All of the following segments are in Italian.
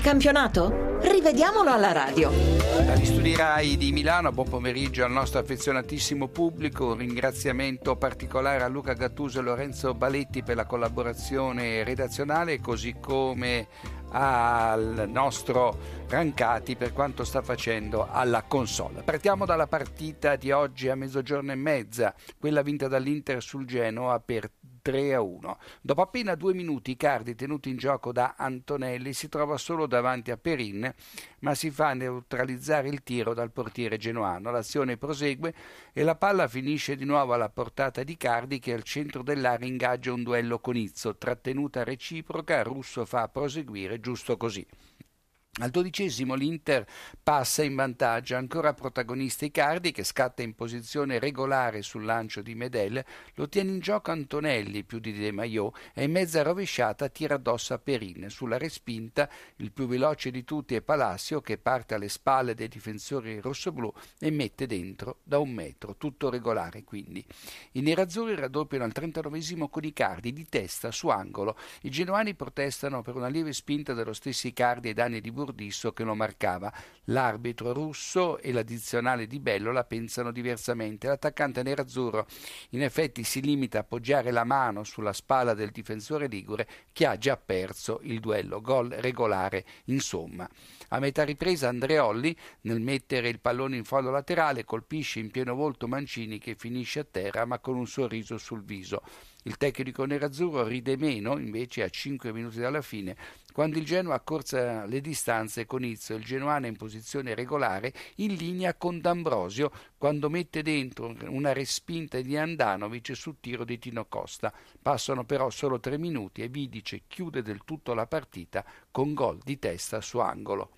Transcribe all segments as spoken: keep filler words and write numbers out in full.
campionato? Rivediamolo alla radio. Dagli studi Rai di Milano, buon pomeriggio al nostro affezionatissimo pubblico. Un ringraziamento particolare a Luca Gattuso e Lorenzo Baletti per la collaborazione redazionale, così come al nostro Rancati per quanto sta facendo alla console. Partiamo dalla partita di oggi a mezzogiorno e mezza, quella vinta dall'Inter sul Genoa per tre a uno. Dopo appena due minuti Icardi, tenuto in gioco da Antonelli, si trova solo davanti a Perin, ma si fa neutralizzare il tiro dal portiere genoano. L'azione prosegue e la palla finisce di nuovo alla portata di Icardi, che al centro dell'area ingaggia un duello con Izzo. Trattenuta reciproca, Russo fa proseguire giusto così. Al dodicesimo l'Inter passa in vantaggio, ancora protagonista Icardi, che scatta in posizione regolare sul lancio di Medel, lo tiene in gioco Antonelli più di De Maio e in mezza rovesciata tira addosso a Perin. Sulla respinta il più veloce di tutti è Palacio, che parte alle spalle dei difensori rossoblù e mette dentro da un metro, tutto regolare quindi. I nerazzurri raddoppiano al trentanovesimo con Icardi di testa su angolo. I genuani protestano per una lieve spinta dello stesso Icardi ai danni di Burdisso, che lo marcava. L'arbitro russo e l'addizionale di Bello la pensano diversamente. L'attaccante nerazzurro in effetti si limita a appoggiare la mano sulla spalla del difensore ligure, che ha già perso il duello. Gol regolare insomma. A metà ripresa Andreolli, nel mettere il pallone in fallo laterale, colpisce in pieno volto Mancini, che finisce a terra ma con un sorriso sul viso. Il tecnico nerazzurro ride meno invece a cinque minuti dalla fine, quando il Genoa accorcia le distanze con Izzo. Il genoano in posizione regolare, in linea con D'Ambrosio, quando mette dentro una respinta di Andanovic su tiro di Tino Costa. Passano però solo tre minuti e Vidic chiude del tutto la partita con gol di testa su angolo.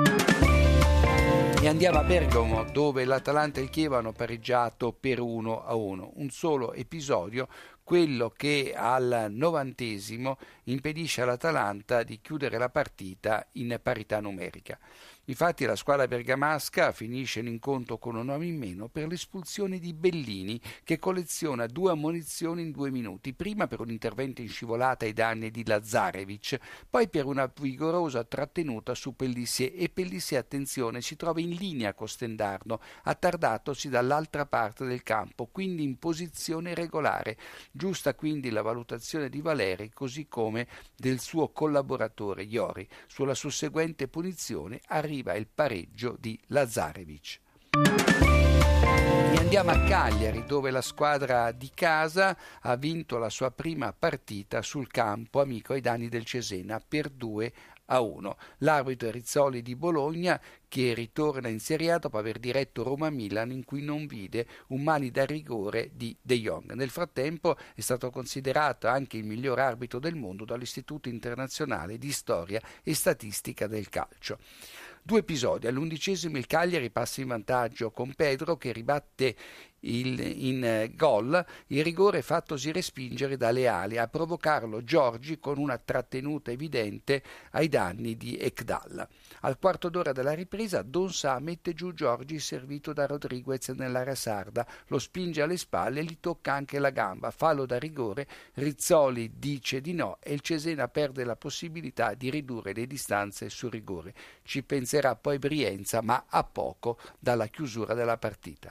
E andiamo a Bergamo, dove l'Atalanta e il Chievo hanno pareggiato per uno a uno. Un solo episodio, quello che al novantesimo impedisce all'Atalanta di chiudere la partita in parità numerica. Infatti la squadra bergamasca finisce l'incontro con un uomo in meno per l'espulsione di Bellini, che colleziona due ammonizioni in due minuti, prima per un intervento in scivolata ai danni di Lazarevic, poi per una vigorosa trattenuta su Pellissier, e Pellissier, attenzione, si trova in linea con Stendardo, attardatosi dall'altra parte del campo, quindi in posizione regolare. Giusta quindi la valutazione di Valeri, così come del suo collaboratore Iori. Sulla susseguente punizione arriva il pareggio di Lazarevic. E andiamo a Cagliari, dove la squadra di casa ha vinto la sua prima partita sul campo amico ai danni del Cesena per due a uno. L'arbitro è Rizzoli di Bologna, che ritorna in Serie A dopo aver diretto Roma-Milan, in cui non vide un mani da rigore di De Jong. Nel frattempo è stato considerato anche il miglior arbitro del mondo dall'Istituto Internazionale di Storia e Statistica del Calcio. Due episodi. All'undicesimo il Cagliari passa in vantaggio con Pedro, che ribatte il, in gol il rigore fattosi respingere da Leali. A provocarlo Giorgi con una trattenuta evidente ai danni di Ekdal. Al quarto d'ora della ripresa Don Sa mette giù Giorgi, servito da Rodriguez nell'area sarda, lo spinge alle spalle e gli tocca anche la gamba. Fallo da rigore, Rizzoli dice di no e il Cesena perde la possibilità di ridurre le distanze sul rigore. Ci penserà poi Brienza, ma a poco dalla chiusura della partita.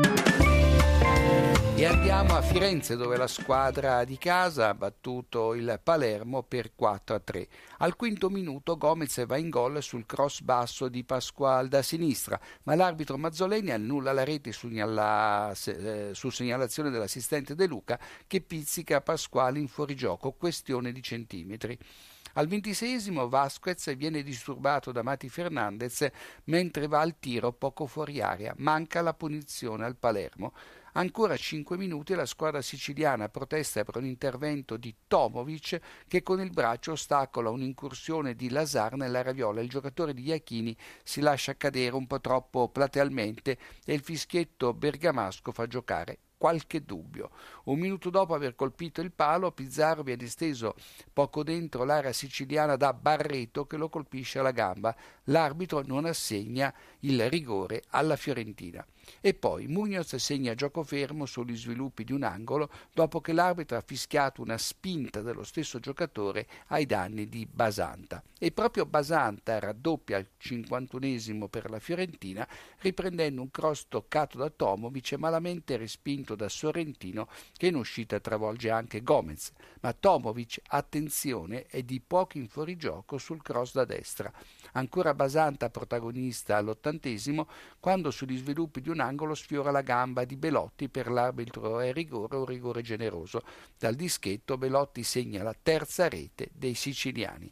E andiamo a Firenze, dove la squadra di casa ha battuto il Palermo per quattro a tre. Al quinto minuto Gomez va in gol sul cross basso di Pasquale da sinistra, ma l'arbitro Mazzoleni annulla la rete su, segnala, eh, su segnalazione dell'assistente De Luca, che pizzica Pasquale in fuorigioco, questione di centimetri. Al ventiseiesimo Vasquez viene disturbato da Mati Fernandez mentre va al tiro poco fuori area. Manca la punizione al Palermo. Ancora cinque minuti e la squadra siciliana protesta per un intervento di Tomovic, che con il braccio ostacola un'incursione di Lazar nell'area viola. Il giocatore di Iachini si lascia cadere un po' troppo platealmente e il fischietto bergamasco fa giocare qualche dubbio. Un minuto dopo aver colpito il palo, Pizarro viene steso poco dentro l'area siciliana da Barreto, che lo colpisce alla gamba. L'arbitro non assegna il rigore alla Fiorentina. E poi Muñoz segna gioco fermo sugli sviluppi di un angolo dopo che l'arbitro ha fischiato una spinta dello stesso giocatore ai danni di Basanta. E proprio Basanta raddoppia al cinquantunesimo per la Fiorentina, riprendendo un cross toccato da Tomovic e malamente respinto da Sorrentino, che in uscita travolge anche Gomez. Ma Tomovic, attenzione, è di poco in fuorigioco sul cross da destra. Ancora Basanta protagonista all'ottantesimo, quando sugli sviluppi di un angolo sfiora la gamba di Belotti. Per l'arbitro è rigore o rigore generoso. Dal dischetto Belotti segna la terza rete dei siciliani.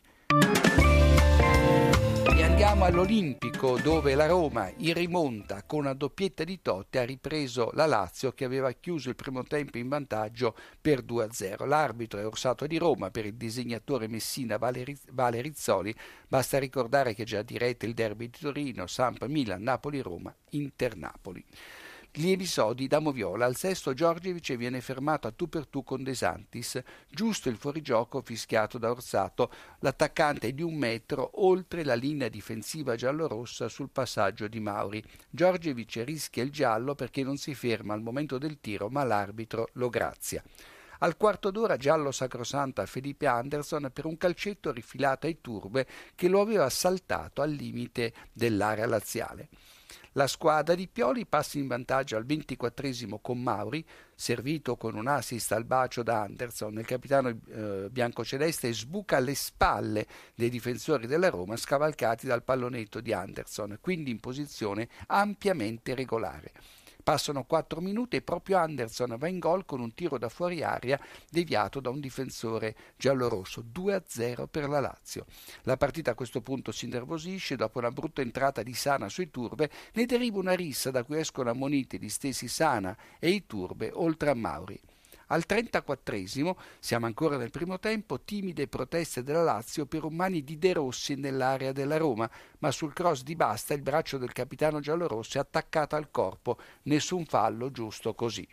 E andiamo all'Olimpico, dove la Roma in rimonta con una doppietta di Totti ha ripreso la Lazio, che aveva chiuso il primo tempo in vantaggio per due a zero. L'arbitro è Orsato di Roma, per il disegnatore Messina Vale, Vale Rizzoli basta ricordare che già dirette il derby di Torino, Samp Milan, Napoli Roma, Inter Napoli. Gli episodi da Moviola: al sesto Giorgevic viene fermato a tu per tu con De Santis, giusto il fuorigioco fischiato da Orsato, l'attaccante è di un metro oltre la linea difensiva giallorossa sul passaggio di Mauri. Giorgevic rischia il giallo perché non si ferma al momento del tiro, ma l'arbitro lo grazia. Al quarto d'ora giallo sacrosanto a Felipe Anderson per un calcetto rifilato ai Turbe che lo aveva saltato al limite dell'area laziale. La squadra di Pioli passa in vantaggio al ventiquattresimo con Mauri, servito con un assist al bacio da Anderson. Il capitano eh, biancoceleste sbuca alle spalle dei difensori della Roma, scavalcati dal pallonetto di Anderson, quindi in posizione ampiamente regolare. Passano quattro minuti e proprio Anderson va in gol con un tiro da fuori aria deviato da un difensore giallorosso. due a zero per la Lazio. La partita a questo punto si innervosisce. Dopo una brutta entrata di Sana sui Turbe ne deriva una rissa da cui escono ammoniti gli stessi Sana e i Turbe, oltre a Mauri. Al trentaquattresimo, siamo ancora nel primo tempo, timide proteste della Lazio per un mani di De Rossi nell'area della Roma, ma sul cross di Basta il braccio del capitano giallorosso è attaccato al corpo, nessun fallo, giusto così.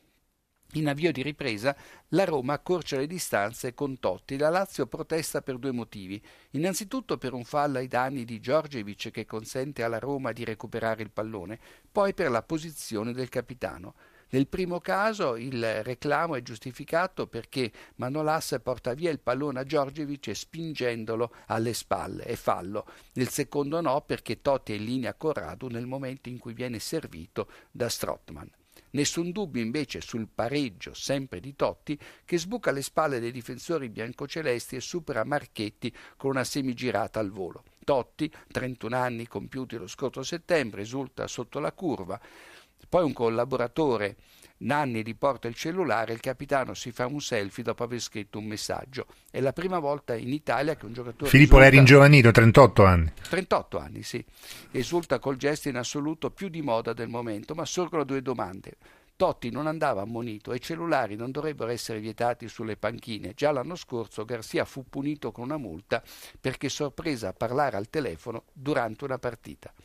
In avvio di ripresa la Roma accorcia le distanze con Totti. La Lazio protesta per due motivi. Innanzitutto per un fallo ai danni di Giorgevic che consente alla Roma di recuperare il pallone, poi per la posizione del capitano. Nel primo caso il reclamo è giustificato perché Manolas porta via il pallone a Giorgevic spingendolo alle spalle, è fallo. Nel secondo no, perché Totti è in linea con Radu nel momento in cui viene servito da Strootman. Nessun dubbio invece sul pareggio sempre di Totti, che sbuca alle spalle dei difensori biancocelesti e supera Marchetti con una semigirata al volo. Totti, trentuno anni compiuti lo scorso settembre, esulta sotto la curva. Poi un collaboratore, Nanni, riporta il cellulare, il capitano si fa un selfie dopo aver scritto un messaggio. È la prima volta in Italia che un giocatore Filippo esulta... l'era ingiovanito, trentotto anni. trentotto anni, sì. Esulta col gesto in assoluto più di moda del momento, ma sorgono due domande. Totti non andava ammonito e i cellulari non dovrebbero essere vietati sulle panchine. Già l'anno scorso Garcia fu punito con una multa perché sorpresa a parlare al telefono durante una partita.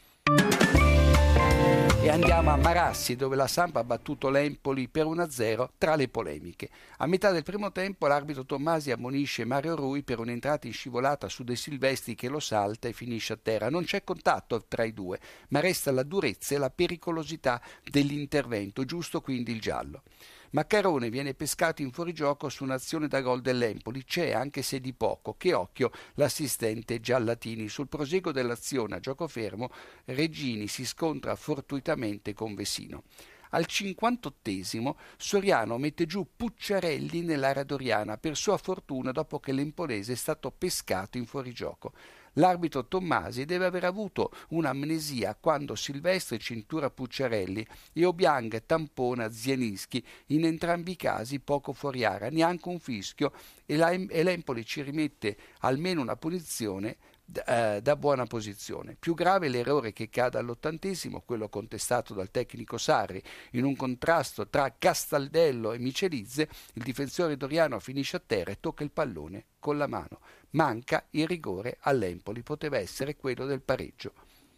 E andiamo a Marassi, dove la Samp ha battuto l'Empoli per uno a zero tra le polemiche. A metà del primo tempo l'arbitro Tommasi ammonisce Mario Rui per un'entrata in scivolata su De Silvestri che lo salta e finisce a terra. Non c'è contatto tra i due, ma resta la durezza e la pericolosità dell'intervento, giusto quindi il giallo. Maccarone viene pescato in fuorigioco su un'azione da gol dell'Empoli, c'è anche se di poco, che occhio l'assistente Giallatini. Sul proseguo dell'azione a gioco fermo Reggini si scontra fortuitamente con Vesino. Al cinquantottesimo Soriano mette giù Pucciarelli nell'area doriana, per sua fortuna dopo che l'empolese è stato pescato in fuorigioco. L'arbitro Tommasi deve aver avuto un'amnesia quando Silvestri cintura Pucciarelli e Obiang tampona Zielinski, in entrambi i casi poco fuori area, neanche un fischio, e, la, e l'Empoli ci rimette almeno una punizione da, da buona posizione. Più grave l'errore che cade all'ottantesimo, quello contestato dal tecnico Sarri, in un contrasto tra Castaldello e Michelizze, il difensore doriano finisce a terra e tocca il pallone con la mano. Manca il rigore all'Empoli, poteva essere quello del pareggio.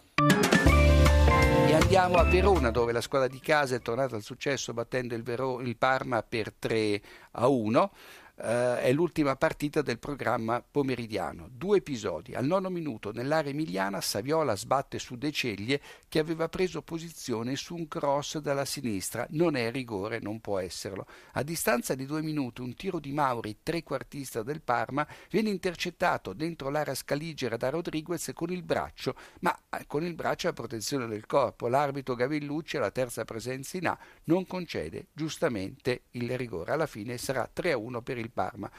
E andiamo a Verona, dove la squadra di casa è tornata al successo battendo il, Vero- il Parma per tre a uno. Uh, è l'ultima partita del programma pomeridiano. Due episodi. Al nono minuto nell'area emiliana Saviola sbatte su De Ceglie che aveva preso posizione su un cross dalla sinistra. Non è rigore, non può esserlo. A distanza di due minuti un tiro di Mauri, trequartista del Parma, viene intercettato dentro l'area scaligera da Rodriguez con il braccio, ma con il braccio a protezione del corpo. L'arbitro Gavellucci, alla terza presenza in A, non concede giustamente il rigore. Alla fine sarà tre a uno per il Parma.